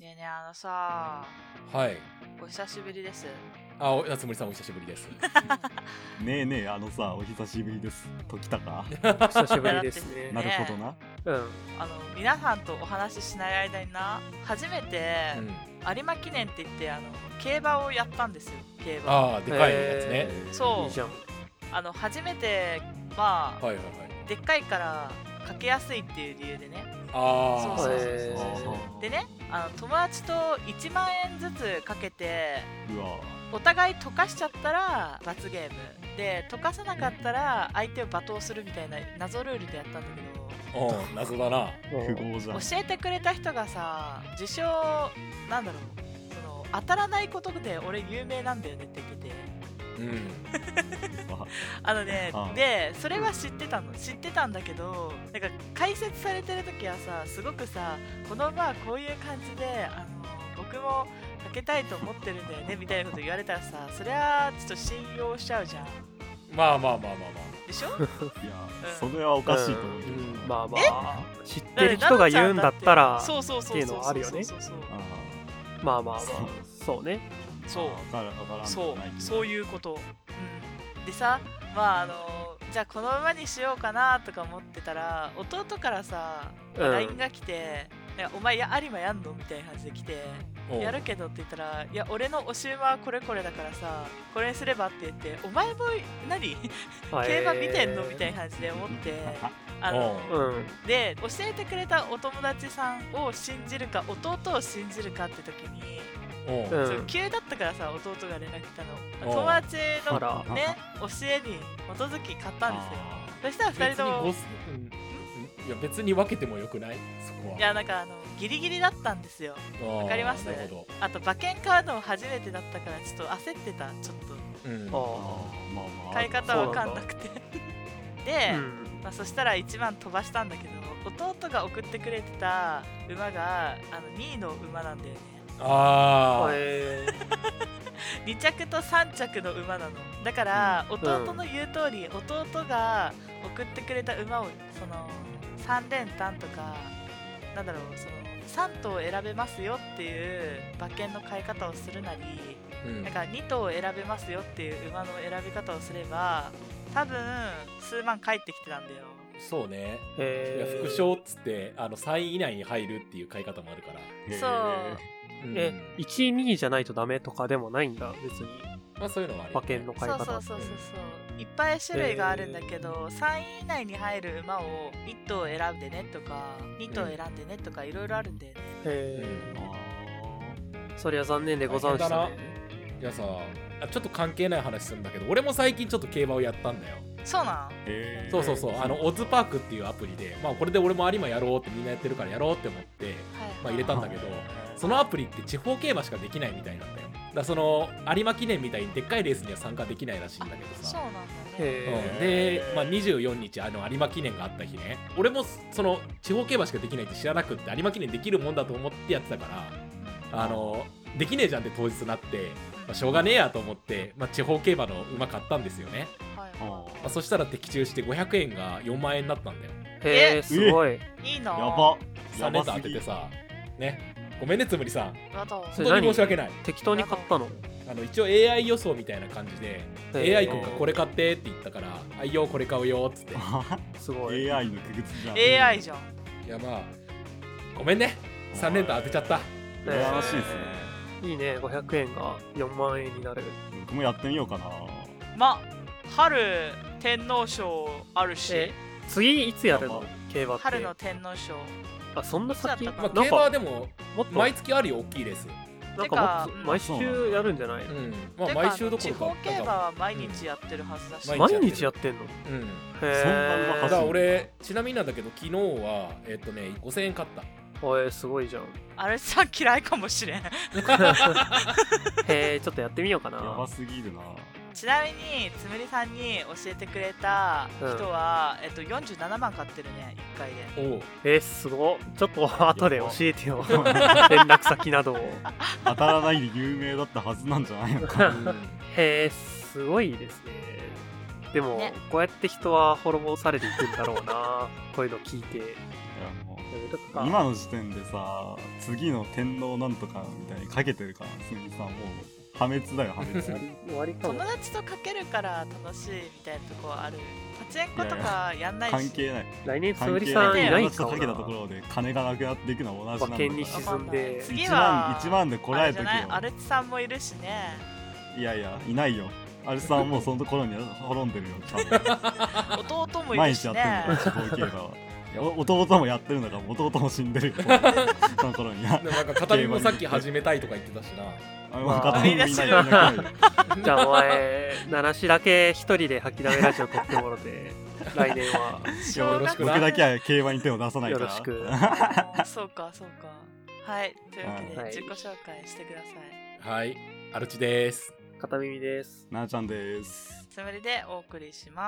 ねえねえさはい。 お久しぶりです。 やつむりさんお久しぶりです。 ねえねえ、お久しぶりです。ときたか久しぶりですね。 なるほどな。 皆さんとお話ししない間にな、初めて、有馬記念って言って競馬をやったんですよ。競馬。 でかいやつね。 そう。 いいじゃん。 初めてでっかいからかけやすいっていう理由でね。そうでね、友達と1万円ずつかけて、お互い溶かしちゃったら罰ゲームで、溶かさなかったら相手を罵倒するみたいな謎ルールでやったんだけど、 謎だな。 教えてくれた人がさ、自称なんだろう、当たらないことで俺有名なんだよねって言ってて。でそれは知ってたんだけど、なんか解説されてる時はさ、すごくさ、この馬はこういう感じで僕もかけたいと思ってるんだよねみたいなこと言われたらさ、そりゃちょっと信用しちゃうじゃん。 まあでしょ。いや、それはおかしいと思う。 まあ知ってる人が言うんだったらっていうのはあるよね。まあそうね。 そういうこと、でさ、じゃあこの馬にしようかなとか思ってたら、弟からさ、LINE が来て、お前有馬やんのみたいな感じで来て、やるけどって言ったら、いや俺の推し馬はこれこれだからさ、これにすればって言って、お前も何競馬見てんのみたいな感じで思ってで、教えてくれたお友達さんを信じるか弟を信じるかって時に、急だったからさ、弟が連絡来たの。友達のね、教えに基づき買ったんですよ。そしたら2人ともいや別に分けてもよくない？そこは。 いや、なんかギリギリだったんですよ。わかります？あと馬券買うの初めてだったからちょっと焦ってた。ちょっと買い方わかんなくてで、そしたら1万飛ばしたんだけど、弟が送ってくれてた馬が2位の馬なんだよね。2着と3着の馬なのだから、弟の言う通り、弟が送ってくれた馬を3連単とか、なんだろう、3頭選べますよっていう馬券の買い方をするなり、なんか2頭選べますよっていう馬の選び方をすれば、多分数万返ってきてたんだよ。 そうね。いや、副賞っつって3位以内に入るっていう買い方もあるから。 そう。 1位2位じゃないとダメとかでもないんだ、別に。 そういうのはある、 馬券の買い方。 そういっぱい種類があるんだけど、3位以内に入る馬を1頭選んでねとか2頭選んでねとかいろいろあるんだよね。 そりゃ残念でござんしたね。 いやさ、ちょっと関係ない話するんだけど、俺も最近ちょっと競馬をやったんだよ。 そうなん？ そうオッズパークっていうアプリで、これで俺も有馬やろうってみんなやってるからやろうって思って、入れたんだけど、そのアプリって地方競馬しかできないみたいなんだよ。だから有馬記念みたいにでっかいレースには参加できないらしいんだけどさ。 そうなんだね。で、24日有馬記念があった日ね、俺も地方競馬しかできないって知らなくって、有馬記念できるもんだと思ってやってたから、できねえじゃんって当日になって、しょうがねえやと思って、地方競馬の馬買ったんですよね。そしたら的中して500円が4万円になったんだよ。 すごい。 いいな。 やば。 3連単当ててさ、ね。ごめんね、つむりさん。 本当に申し訳ない。 適当に買ったの？ 一応 AI 予想みたいな感じで、AI 君がこれ買ってって言ったから、あいよこれ買うよっつって。 すごい。 AI の区別じゃん。 AI じゃん。 いやごめんね。3連単当てちゃった。 素晴らしいですね。いいね、500円が4万円になる。 僕もやってみようかな。春天皇賞あるし。 次いつやるの？競馬って。 春の天皇賞。 そんな先？ 競馬はでも毎月あるよ、大きいレース。 なんか毎週やるんじゃない？ 毎週どころか。 地方競馬は毎日やってるはずだし。 毎日やってんの？ だから俺ちなみになんだけど、昨日は5000円買った。 すごいじゃん。 あれさん嫌いかもしれん。 ちょっとやってみようかな。 やばすぎるな。 ちなみにつむりさんに教えてくれた人は、47万買ってるね、1回で。すごっ。ちょっと後で教えてよ。連絡先などを。 当たらないで有名だったはずなんじゃないのか。 すごいですね。でも、こうやって人は滅ぼされていくんだろうな。こういうの聞いて。 今の時点でさ、次の天皇なんとかみたいにかけてるから、すみさんもう破滅だよ、破滅。 友達とかけるから楽しいみたいなとこはある。パチンコとかやんないし。 関係ない。 来年つむりさんいないかもな。 かけたところで金がなくなっていくのは同じなんだから。 馬券に沈んで。 次は 1万でこらえときよ。 アルチさんもいるしね。 いやいや、いないよ。アルチさんはもうそのところに滅んでるよ、多分。 弟もいるしね。 毎日やってるんだよ、地方競馬は。弟もやってるんだから弟も死んでるよその頃に。でもなんか片身もさっき始めたいとか言ってたしな。 片身もいない。じゃあお前七しだけ一人で吐きだめラジオ撮ってもろて来年はよろしくな。 僕だけは競馬に手を出さないから。 よろしく。 そうかそうか。はい、というわけで自己紹介してください。 はい、アルチです。 片耳です。 なあちゃんです。 つむりでお送りします。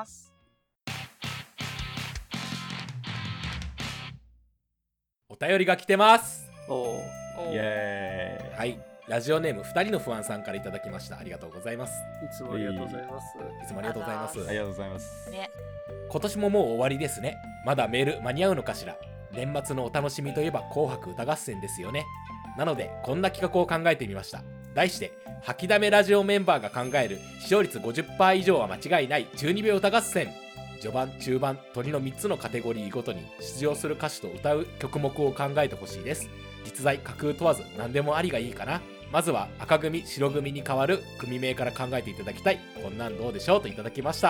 お便りが来てます。 おイエーイ。 はい、ラジオネーム2人の不安さんからいただきました。ありがとうございます。 いつもありがとうございます。 いつもありがとうございます。 ありがとうございます。 ね、 今年ももう終わりですね。まだメール間に合うのかしら。年末のお楽しみといえば紅白歌合戦ですよね。なのでこんな企画を考えてみました。題して吐きだめラジオメンバーが考える視聴率 50% 以上は間違いない12秒歌合戦。序盤中盤鳥の3つのカテゴリーごとに出場する歌手と歌う曲目を考えてほしいです。実在架空問わず何でもありがいいかな。まずは赤組白組に変わる組名から考えていただきたい。こんなんどうでしょうといただきました。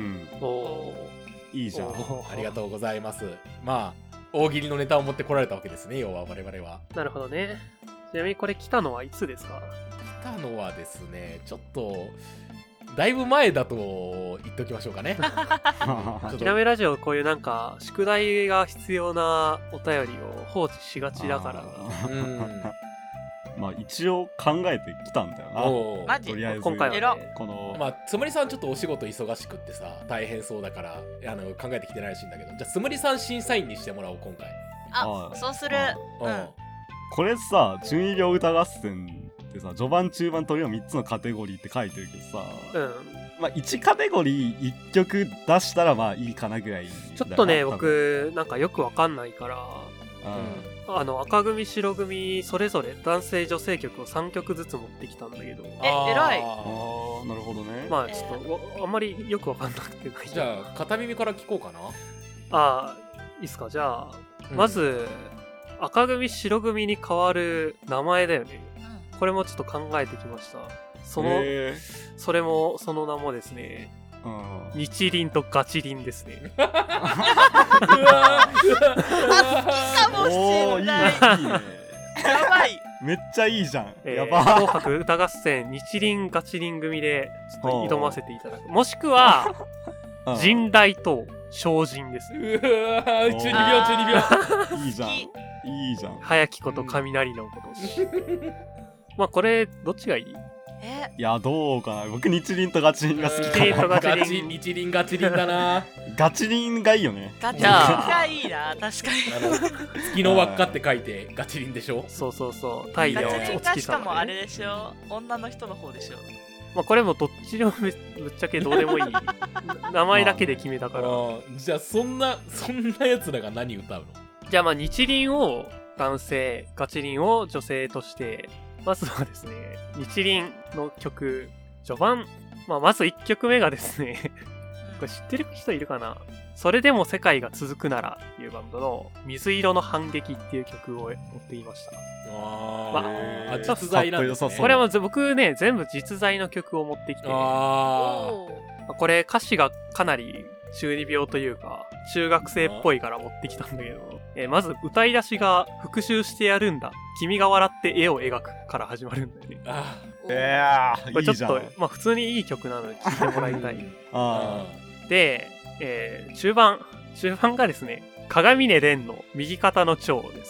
いいじゃん。 ありがとうございます。まあ大喜利のネタを持ってこられたわけですね、要は我々は。 なるほどね。ちなみにこれ来たのはいつですか？ 来たのはですね、ちょっとだいぶ前だと言っておきましょうかね。 ひらめラジオ、こういうなんか宿題が必要なお便りを放置しがちだから。 まあ一応考えてきたんだよな。 マジ？ とりあえず今回は、ね、 このまあつむりさんちょっとお仕事忙しくってさ大変そうだから考えてきてないらしいんだけど、じゃあつむりさん審査員にしてもらおう今回。 そうする。 これさ12秒歌合戦ってさ序盤中盤鳥の3つのカテゴリーって書いてるけどさ、まあ1カテゴリー1曲出したらまあいいかなぐらい。 ちょっとね僕なんかよくわかんないから、赤組白組それぞれ男性女性曲を3曲ずつ持ってきたんだけど。 偉い。 なるほどね。 まあちょっとあんまりよくわかんなくてない。 じゃあ片耳から聞こうかな。 いいっすか。じゃあ、まず赤組白組に変わる名前だよね。これもちょっと考えてきました。それもその名もですね、日輪とガチ輪ですね。 うわ好きかもしれない。 いいね。 やばい。 めっちゃいいじゃん。やば。 紅白歌合戦日輪ガチ輪組でちょっと挑ませていただく。もしくは神代と精進です。 うわ12秒。 いいじゃん。いいじゃん。 早きこと雷のこと。まあこれどっちがいい？ いやどうかな。僕日輪とガチ輪が好きかな。 日輪ガチ輪だな。 ガチ輪がいいよね。 ガチ輪がいいな。確かに月の輪っかって書いてガチ輪でしょ。 そう太陽お月様。 しかもあれでしょ、女の人の方でしょ。 まあこれもどっちでもぶっちゃけどうでもいい。名前だけで決めたから。 じゃあそんなやつらが何歌うの？ じゃあまあ日輪を男性、ガチ輪を女性として、まずはですね、日輪の曲序盤、まず1曲目がですねこれ知ってる人いるかな。それでも世界が続くならっていうバンドの水色の反撃っていう曲を持っていました。 実在なんですね。 これは僕ね全部実在の曲を持ってきて、これ歌詞がかなり中二病というか中学生っぽいから持ってきたんだけど、まず歌い出しが復讐してやるんだ君が笑って絵を描くから始まるんだよね。これちょっと普通にいい曲なので聴いてもらいたい。で、中盤がですね鏡音蓮の右肩の蝶です。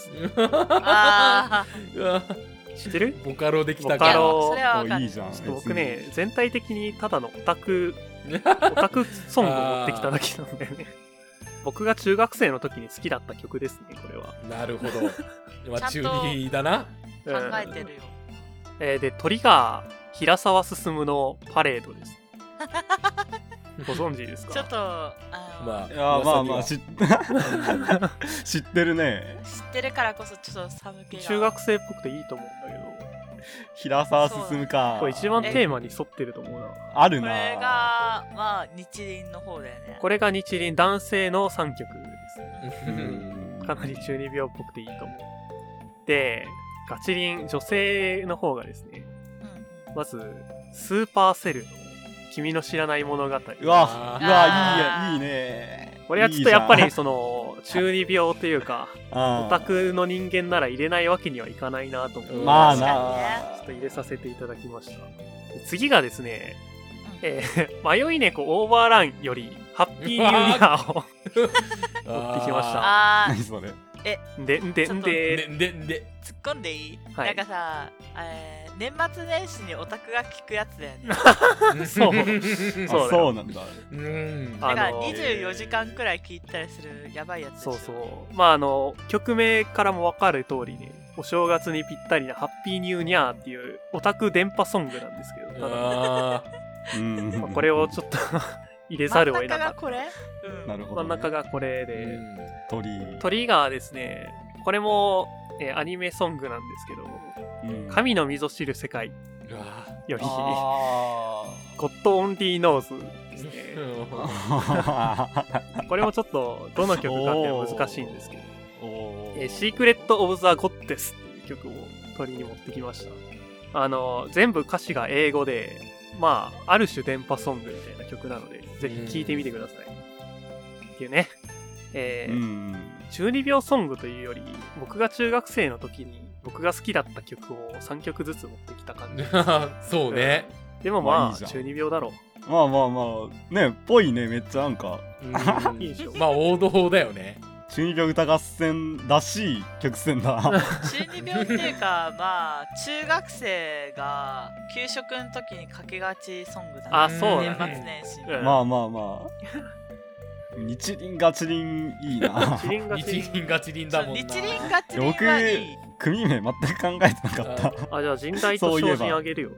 知ってる？ ボカロできたか。それは分かる。 いいじゃん。 僕ね全体的にただのオタクソングを持ってきただけなんだよね。僕が中学生の時に好きだった曲ですねこれは。 なるほど。中二だな。 考えてるよ。 でトリガー平沢進のパレードです。 ご存知ですか？ ちょっとまあいやまあまあ知ってるね。 知ってるからこそちょっと寒気が。 中学生っぽくていいと思うんだけど、 平沢進か。 これ一番テーマに沿ってると思うな。 あるな。 これがまあ日輪の方だよね。 これが日輪男性の3曲です。 うんかなり中二病っぽくていいと思う。で、ガチリン女性の方がですね、 うんまずスーパーセルの君の知らない物語。 うわあーうわいいね。 これはちょっとやっぱりいいじその中二病というかゃんオタクの人間なら入れないわけにはいかないなと思って、 うんまあ確かになちょっと入れさせていただきました。次がですね、迷い猫オーバーランよりハッピーニューイヤーを持ってきました。 あ何それ。 でんでんでで突っ込んでいい、 はいなんかさ、年末年始にオタクが聞くやつだよね。 そうあそうそうなんだ。 うんだからあの 24時間くらい聞いたりするやばいやつでしょ。 そうそう。まあ曲名からも分かる通りね、お正月にぴったりなハッピーニューニャーっていうオタク電波ソングなんですけど、ただあうんまあこれをちょっと入れざるを得なかっ真ん中がこれ、うん、 なるほど、 た。真ん中がこれーで、 鳥。 トリガーですね、これも、アニメソングなんですけど、 うん神の溝知る世界うわより、 あゴッドオンリーノーズですね。 ーこれもちょっとどの曲かっていうのは難しいんですけど、 おーシークレット・オブ・ザ・ゴッデスっていう曲を取りに持ってきました。全部歌詞が英語で、まあ、ある種電波ソングみたいな曲なので、ぜひ聴いてみてください。っていうね。 うん中二病ソングというより、僕が中学生の時に僕が好きだった曲を3曲ずつ持ってきた感じ。 そうね。 でもまあ、 まあいいじゃん中二病だろまあまあまあねぽいね。めっちゃなんかう。いいでしょ。 まあ王道だよね。 中二病歌合戦らしい曲線だ。 中二病っていうかまあ中学生が給食の時にかけがちソングだね。 あそうだね年末年始に、 うんまあまあまあ。日輪ガチ輪いいな。 チリンがチリン。 日輪ガチ輪だもんな。 日輪ガチ輪はいい。 組名全く考えてなかった。 あ、じゃあ人大と精進あげるよ。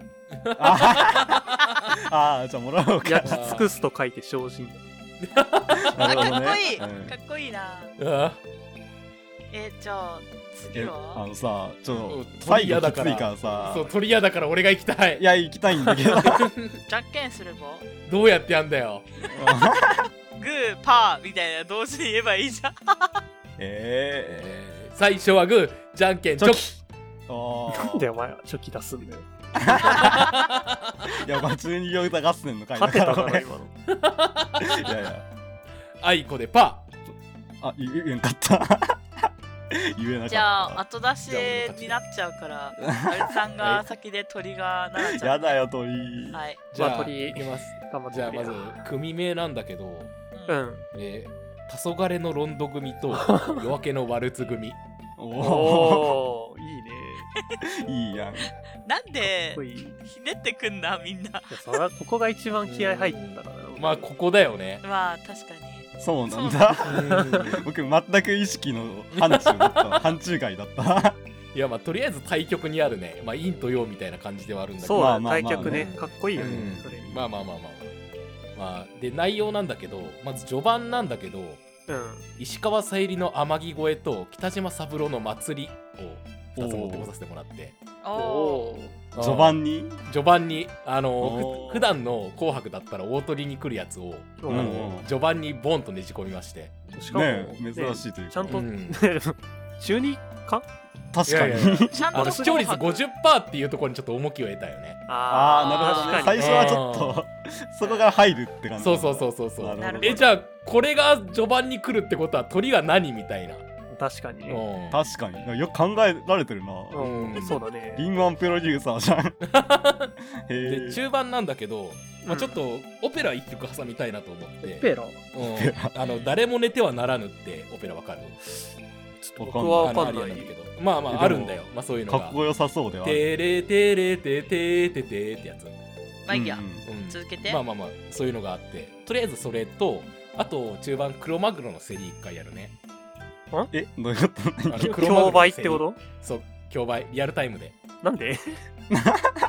あーじゃあもらおうか。 焼き尽くすと書いて精進。 あ、かなるほどねっこいい、 うんかっこいいな。 うわじゃあ次あはのさうん最後きついからさそう、鳥屋だから俺が行きたいい。や行きたいんだけど。 じゃんけんすればどうやってやんだよ。 グーパーみたいな同時に言えばいいじゃん。 最初はグー、じゃんけんチョキ。 なんでお前チョキ出すんだよ。 いやまあ中二病歌合戦の回勝てたこれから今の。 いやいやあいこでパ言えんかった言えなかった。 じゃあ後出しになっちゃうからあれさんが先で鳥がならちゃう。 やだよ鳥。 はい。 ー。じゃあ、 まあ鳥いきます。 頑張ってじゃあまず組名なんだけど、 うん。 黄昏のロンド組と夜明けのワルツ組。 おおー、いいね。 おいいやん。 なんでかっこいい。いひねってくんなみんな。 やそれはここが一番気合入ったからな。 まあここだよね。 まあ確かに。 そうなんだ。僕全く意識の範疇だった。範疇外だった。 いやまあとりあえず対極にあるね。まあ陰と陽みたいな感じではあるんだけど。 そうだ、 まあまあまあ対局ね。かっこいいよねうん。 それに。 まあまあまあまあ。まあで内容なんだけど、まず序盤なんだけど、 うん。 石川さゆりの天城越えと北島三郎の祭りを2つ持ってこさせてもらって。 おおおー。 序盤に。 序盤におー普段の「紅白」だったら大鳥に来るやつを、 うん序盤にボンとねじ込みまして、 しかも、 ね珍しいというか。 ちゃんと、 うん中二か確かに。 いやいやちゃんと視聴率紅白 50%っていうところにちょっと重きを得たよね。 ああなるほどね。 確かに最初はちょっとそこが入るって感じ。 そうそうそうそうそう。 なるほどじゃあこれが序盤に来るってことは鳥が何みたいな。 確かにね。 うん確かに。よく考えられてるな。 うん、そうだね。 リンワンプロデューサーじゃん。へでえ。 中盤なんだけど、まあ、 うんちょっとオペラ一曲挟みたいなと思って、 ペラ誰も寝てはならぬってオペラわかる？ 僕はわかんあないるんだけど、まあまえでもああるんだよ。まあそういうのがかっ。こよさそうではある。 テレテレテテテテってやつ。 まあいいや、 うんうん続けて。 まあまあまあそういうのがあって、とりあえずそれと、あと中盤クロマグロの競り1回やるね。 えどういうこと？ あの競売ってこと？ そう、競売リアルタイムで。 なんで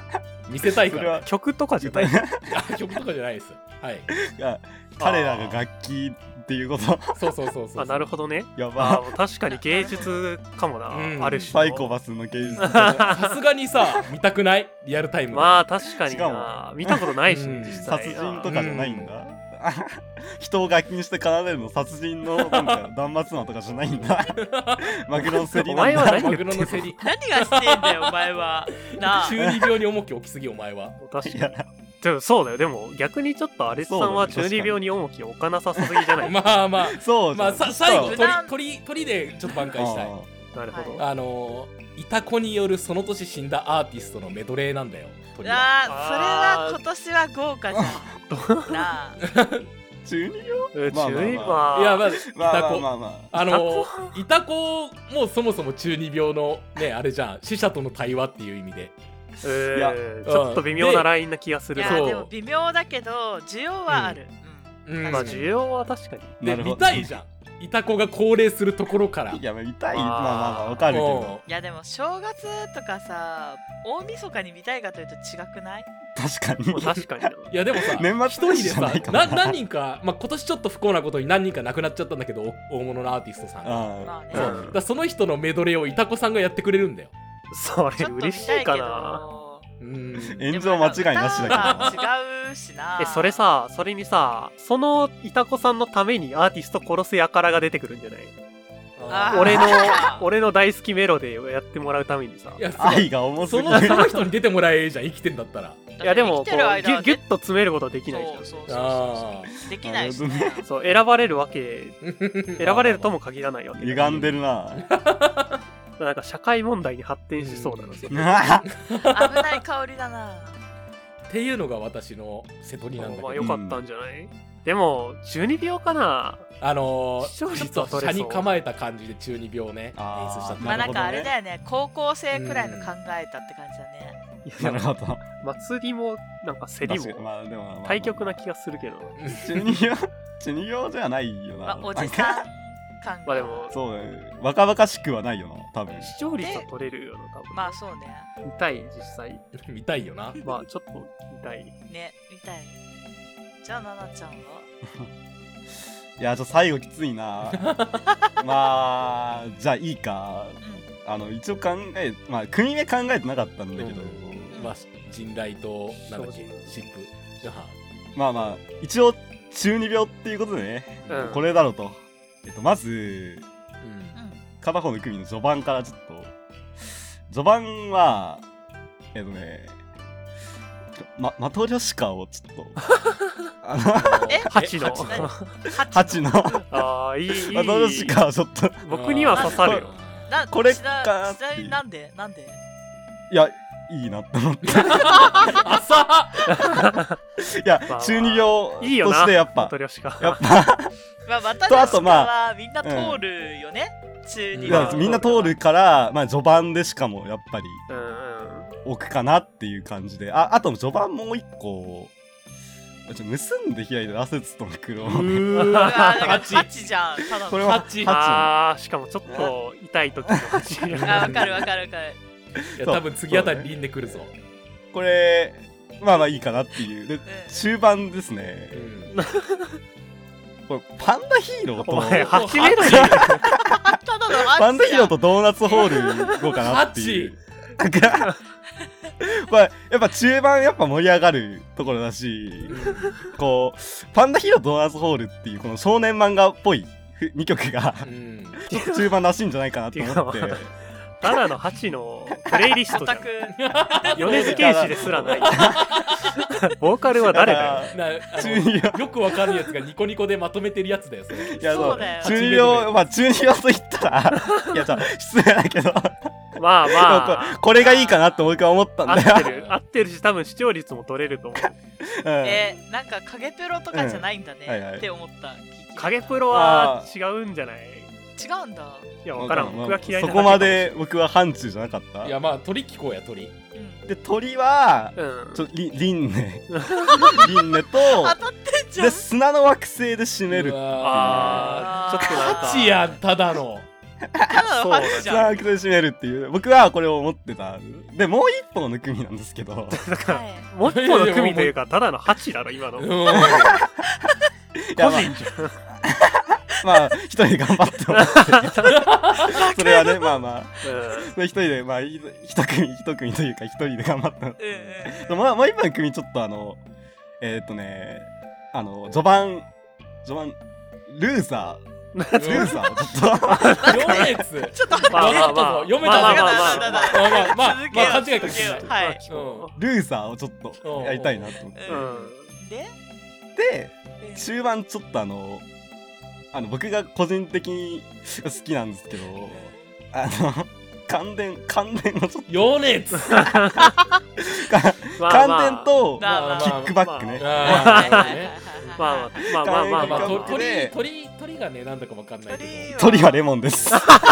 見せたいから、ね、 曲とかじゃない曲とかじゃないです。はい。 いや彼らが楽器っていうことそうなるほどね。 やば確かに芸術かもな、ある種サイコパスの芸術さすがにさ見たくないリアルタイム。 まあ確かにな、見たことないし、実際殺人とかじゃないんだ。人を楽器にして奏でるの殺人のなんか断末魔とかじゃないんだ。マグロの競りなんだ。 お前は何マグロの競り。 何がしてんだよお前はなあ。 中二病に重き置きすぎお前は。 確かに。でもそうだよ。でも逆にちょっとアレスさんは中二病に重きを置かなさすぎじゃない。 まあそうまあ最後鳥でちょっと挽回したい。 なるほど。 イタコによるその年死んだアーティストのメドレーなんだよ。 それは今年は豪華じゃんなあ。 中二病中二病いやまあイタコイタまあコもそもそも中二病のねあれじゃん、死者との対話っていう意味でちょっと微妙なラインな気がする。 いやでも微妙だけど需要はある。 まあ需要は確かに。 で見たいじゃん、イタコが高齢するところから。 いや見たい、まあわかるけど。 いやでも正月とかさ大晦日に見たいかというと違くない？ 確かに確かに。 いやでもさ年末一人でさ何人か、まあ、今年ちょっと不幸なことに何人か亡くなっちゃったんだけど、大物のアーティストさんが、だその人のメドレーをイタコさんがやってくれるんだよ。 それ嬉しいかな。 炎上間違いなしだけど違うしな。 それにさ、そのイタコさんのためにアーティスト殺す輩が出てくるんじゃない？俺の大好きメロディーをやってもらうためにさ。 いや愛が重すぎる。 その人に出てもらえじゃん、生きてんだったら。 いやでもギュッと詰めることはできないじゃん。 そうできないしね。 そう選ばれるとも限らないわけ。 歪んでるな。 なんか社会問題に発展しそうだな。危ない香りだな。 っていうのが私の瀬戸りなんだけど。 まあよかったんじゃない？でも中二病かな。 ちょっと車に構えた感じで中二病ね演出した。 まあなんかあれだよね、高校生くらいの考えたって感じだね。 なるほど。 祭りもなんか競りも対極な気がするけど。 中二病じゃないよな。 おじさん感まあでもそうだね、若々しくはないよな多分。 視聴率は取れるよな多分。 まあそうね。 見たい実際。 見たいよな。 まあちょっと見たいね。見たい。じゃあななちゃんは？ いやちょっと最後きついな。まあじゃあいいか。一応まあ組目考えてなかったんだけど、 まあ陣雷となんだっけシップじゃあまあ一応中二病っていうことでね、これだろうと。まず片方の組の序盤からちょっと序盤はマトリョシカをちょっと 8のああいいマトリョシカをちょっと僕には刺さるよ。 これかなんでいやいいなって思って。 浅いや中二病としてやっぱまあ私はみんな通るよね。中二病みんな通るからまあ序盤でしかもやっぱり置くかなっていう感じで、あと序盤もう一個結んで開いてアセツとの黒 8じゃん。ただこれは 8。しかもちょっと痛い時の8。 わかる。 いや多分次あたりリンで来るぞ。 これまあいいかなっていう。で終盤ですね。これパンダヒーローと 8メロディーパンダヒーローとドーナツホール行こうかなっていう。これやっぱ中盤やっぱ盛り上がるところだし、こうパンダヒーロードーナツホールっていうこの少年漫画っぽい2曲がちょっと中盤らしいんじゃないかなと思って。 ただの8のプレイリストじゃん。米津玄師ですらない。ボーカルは誰だよ。 よくわかるやつがニコニコでまとめてるやつだよそれ。 いやそうだよ。 中二病と言ったらいや失礼だけど。 まあこれがいいかなってもう一回思ったんだよ。 合ってるし多分視聴率も取れると思う。 なんか影プロとかじゃないんだねって思った。 影プロは違うんじゃない？ 違うんだ。 いや分からん。僕が嫌いな。 そこまで僕は範疇じゃなかった。 いやまあ鳥聞こうや鳥。 で鳥はリンネとで砂の惑星で締めるっていう。 ちょっとなんか 8やんただの。 ただの拍手じゃん。 サークルで締めるっていう。僕はこれを思ってた。で、もう一本の組なんですけど。 だから、 はいもう一個の組というか、ただの8だろ、今の。 うんいや個人じゃん。 まあ、一人で頑張ってもらって。それはね、まあまあ。 うんそれ一人で、まあ、一組というか、一人で頑張った。 うんうん。 もう一本の組ちょっと序盤、ルーザーをちょっと、 行列ちょっと待って。 まあまあまあ読めたぞまあまあまあ続けよう勘違いかもしれない続けようはい。 ルーザーをちょっとやりたいなと思って。 うんでで、終盤ちょっと僕が個人的に好きなんですけど、感電をちょっと、 行列感電とまあキックバックね。 まあまあまあまあまあ感覚で鳥がねなんだかわかんないけど鳥はレモンです。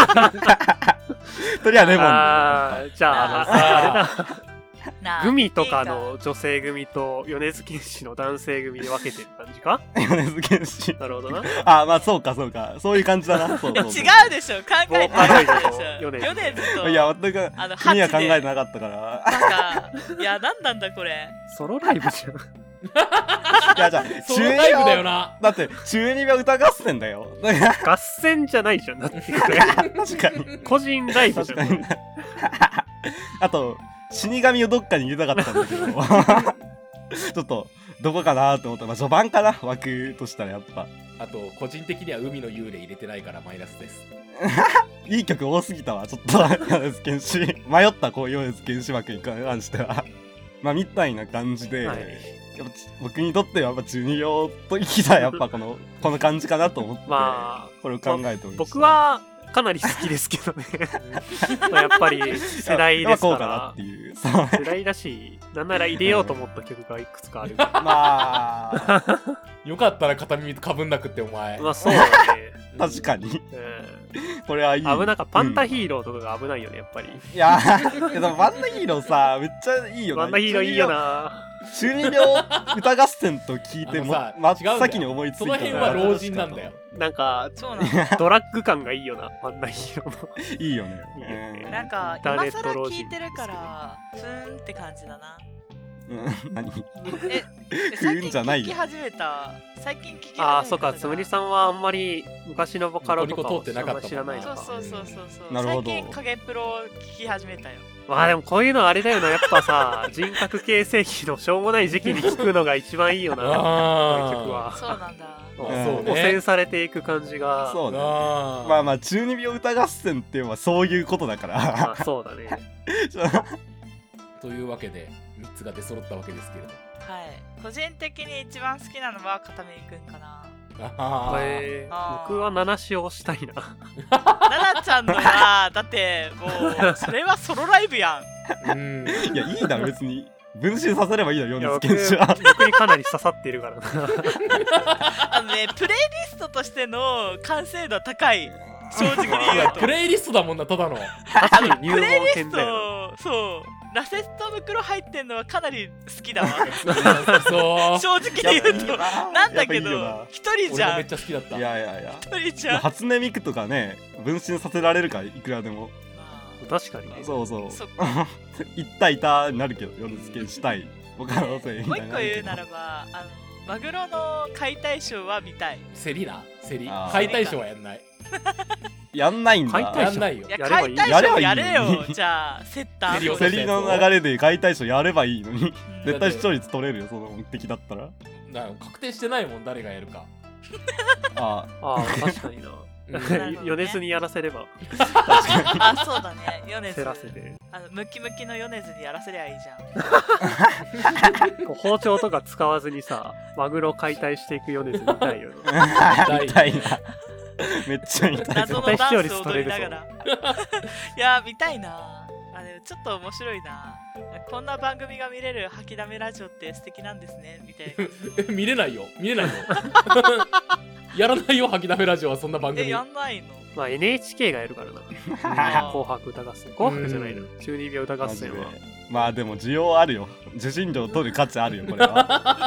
鳥はレモンあーじゃあ、あれだ。 なあグミとかの女性組と米津玄師の男性組で分けてる感じか？ 米津玄師。 なるほどな。 あ、まあそうか。そういう感じだな。そういやそうそう違うでしょ。考えてないでしょ。 米津米津といや、全く国は考えてななかったから。 んかいやなんなんだこれ。 ソロライブじゃん。 いや、じゃあ、 ソロライブだよなだって、中二病歌合戦だよ。だから合戦じゃないじゃん。だってこれ。 確かに。 個人ライブじゃん。 確かに。あと、死神をどっかに入れたかったんだけど、ちょっと、どこかなと思ったら、まあ、序盤かな、枠としたらやっぱ。 あと個人的には海の幽霊入れてないからマイナスです。 いい曲多すぎたわ、ちょっと、米津玄師。迷った、こう、米津玄師枠に関しては。まあ、みたいな感じで、 はいやっぱ僕にとってはやっぱ中二病と生きたやっぱこの感じかなと思って、 まあ、 これを考えておりました。 僕はかなり好きですけどね。まあやっぱり世代ですかやっぱこうかならって。いう。そう世代だし、なんなら入れようと思った曲がいくつかある。 まあ、 よかったら片耳かぶんなくってお前。 まあそうだね。 確かに。 うこれはいい。 ん危なかった。パンタヒーローとかが危ないよね、やっぱり。 いや、でもバンダヒーローさ、めっちゃいいよな。 パンタヒーローいいよな。 中二病歌合戦と聞いても、真っ先に思いついたその辺は老人なんだよ。 なんか、 そうなんだ。 ドラッグ感がいいよな、パンタヒーローの。 いいよね。 いいよねなんかインターネット今更老人聞いてるからふーんって感じだな。 何最近ふーんじゃないよ聞き始めた。最近聞き始めた。 ああ、そうか、つむりさんはあんまり昔のボカロとかニコニコ通ってなかったもんな知らないのか。 そうそうそう。 なるほど最近影プロ聞き始めたよ。 まあでもこういうのあれだよな、やっぱさ、人格形成期のしょうもない時期に聞くのが一番いいよな、こういう曲は。 そうなんだ。 そう汚染されていく感じが。 そうね。 あまあまあ、中二病歌合戦っていうのはそういうことだから。 まあそうだね。 というわけで3つが出揃ったわけですけれど。 はい。個人的に一番好きなのは片目くんかな。 あ僕は七しをしたいな。 奈々ちゃんのはだってもうそれはソロライブやん。 うんいや、いいだろ、別に。分身させればいいだろ、 いや米津玄師は。 僕にかなり刺さっているからな。 プレイリストとしての完成度は高い。正直に言うと。 プレイリストだもんな、ただの。 確かに入プレイ門リス編だよ。 ト、そう。ラセット袋入ってんのはかなり好きだわ。 そう。 正直に言うと。なんだけやっぱいいよなど、一人じゃん。 俺もめっちゃ好きだった。 いやいやいや。 一人じゃん。 初音ミクとかね、分身させられるからいくらでも。 確かにね。 そうそう。 そっ一対一になるけど、米津玄師対他のせいみもう一個たいな。 言うならば、マグロの解体ショーは見たい。 競りな、競りあー。 解体ショーはやんない。 やんないんだ。 解体ショーやんないよい。や、 やればいい解体ショーややればいいのれよ。じゃあ、セッターと競り落とし競りの流れで解体ショーやればいいのに。 うん絶対視聴率取れるよ、その目的だったら。 確定してないもん、誰がやるか。 あああ、確かにな。 なるほどね米津にやらせれば、 あ、そうだね。米津せらせて。 ムキムキの米津にやらせりゃいいじゃん。 こう包丁とか使わずにさ、マグロ解体していく米津みたいよね。 あ。見たいな。めっちゃ見たい。 謎のダンスを踊りながら。いや、見たいな。でもちょっと面白いな。こんな番組が見れる吐きだめラジオって素敵なんですね、みたいな。 見れないよ。見れないよ。やらないよ、吐きだめラジオはそんな番組。 やんないの？ まあ NHK がやるからな。 あー紅白歌合戦。紅白じゃないな。中二病歌合マジで戦は。 まあでも需要あるよ。受信料取る価値あるよ、これは。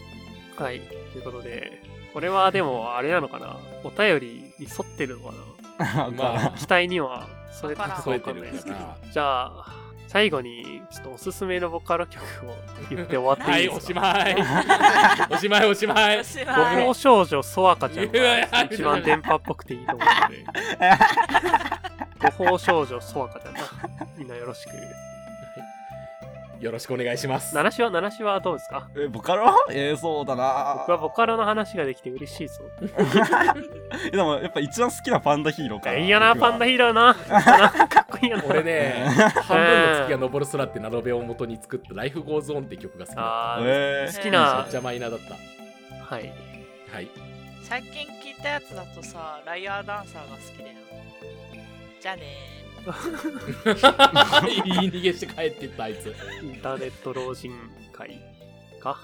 はい。ということで、これはでもあれなのかな。お便りに沿ってるのかな。 まあ期待にはそれ高く超えてるわかんないですけどからじゃあ最後にちょっとおすすめのボカロ曲を言って終わってはいいおいですか？ しまいおしまいおしまいおし五まい宝少女ソワカちゃんうわが一番電波っぽくていいと思うので五宝少女ソワカちゃんなみんなよろしく。 よろしくお願いします。 七種はどうですか？ ボカロそうだな僕はボカロの話ができて嬉しいぞ。 でもやっぱ一番好きなパンダヒーローかな。 いいよなパンダヒーローなかっこいいよな。 俺ね半分の月が昇る空ってナロベを元に作ったライフゴーズオンって曲が好きだったあー好きめなっちゃマイナーだったはいはい最近聞いたやつだとさ、ライアーダンサーが好きだよ。じゃあね言い逃げして帰っていったあいつインターネット老人会か。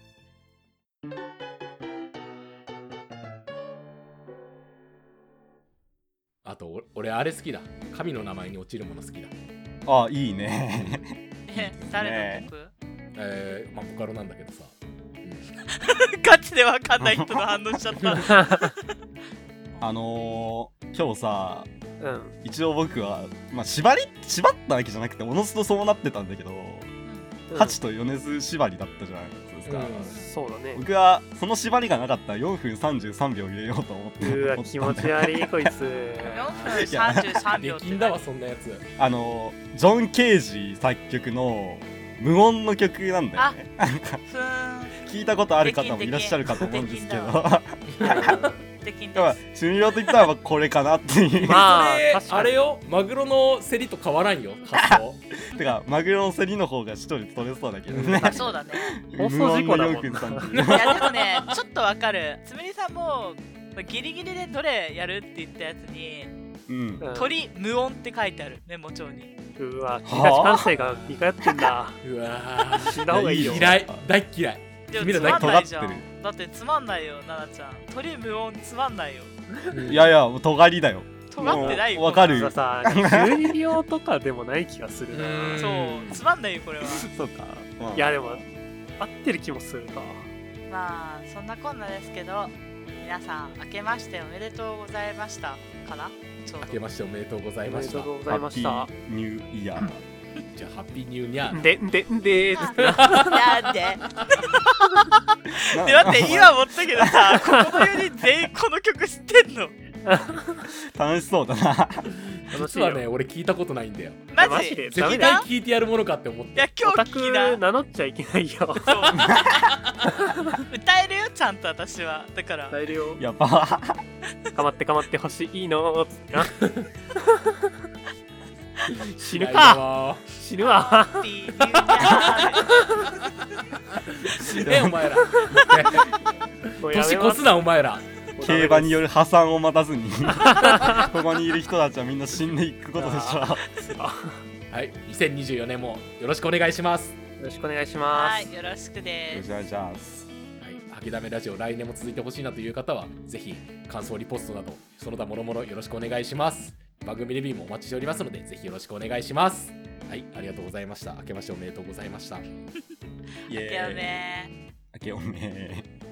あと俺あれ好きだ神の名前に落ちるもの好きだあ、いいね。 誰の曲まあボカロなんだけどさ、 ガチでわかんない人の反応しちゃった。 今日さ、 うん一応僕は、まあ、縛ったわけじゃなくておのずとそうなってたんだけど、ハチと米津縛りだったじゃないですか、 そうだね。 僕はその縛りがなかったら4分33秒入れようと思ってうわ気持ち悪いこいつ。 4分33秒ってできんだわそんなやつジョン・ケージ作曲の無音の曲なんだよね。 ふーん聞いたことある方もいらっしゃるかと思うんですけど、 できんだからです。 中二病といったらまあこれかなっていう。 まあそれ確かにあれよマグロの競りと変わらんよ発想てかマグロの競りの方が一人取れそうだけどね。 そうだね。 放送事故だもんな無音の4分30 いやでもね、ちょっとわかる。つむりさんもギリギリでどれやるって言ったやつにうん。 うん鳥無音って書いてあるメモ帳に。 うわ君たち感性が似通ってんだ。 うわ死んだ方がいいよ。 嫌い大っ嫌いでもつ君らまんないじゃん尖って。 だってつまんないよ、ななちゃん。鳥無音つまんないよ。 いやいや、もう尖りだよ。 尖ってないよ。 もうわかる実はさ12秒とかでもない気がするな。 うんそう、つまんないよ、これは。 そうか。まあいやでも合ってる気もするか。 まあ、そんなこんなですけど、皆さん、明けましておめでとうございました。かなちょうど。 明けましておめでとうございおめでましたとうございましたハッ。ピーニューイヤー。 じゃあハッピーニューニャーでーってな。 なんでで待って今思ったけどさ、この4人全員この曲知ってんの？ 楽しそうだな。 楽しい実はよね俺聞いたことないんだよママジ絶対ジでダメだよ。 聞いてやるものかって思っていや今オタ日聞きなク名乗っちゃいけないよ。 そう歌えるよちゃんと私はだから大量やば。 かまってほしいのーっつってな。死ぬ嫌いだかわ死ぬわ。 ハッピーニューイヤ死ねお前らもうや年めます越すなお前ら競馬による破産を待たずにここにいる人たちはみんな死んでいくことでしょう。 はい2024年もよろしくお願いしますよろしくお願いしーます。 はいよろしくですじゃあじゃあはい吐きだめラジオ来年も続いてほしいなという方はぜひ感想リポストなどその他もろもろよろしくお願いします番組レビューもお待ちしておりますのでぜひよろしくお願いしますはいありがとうございました明けましておめでとうございましたイエーイやべー明けおめ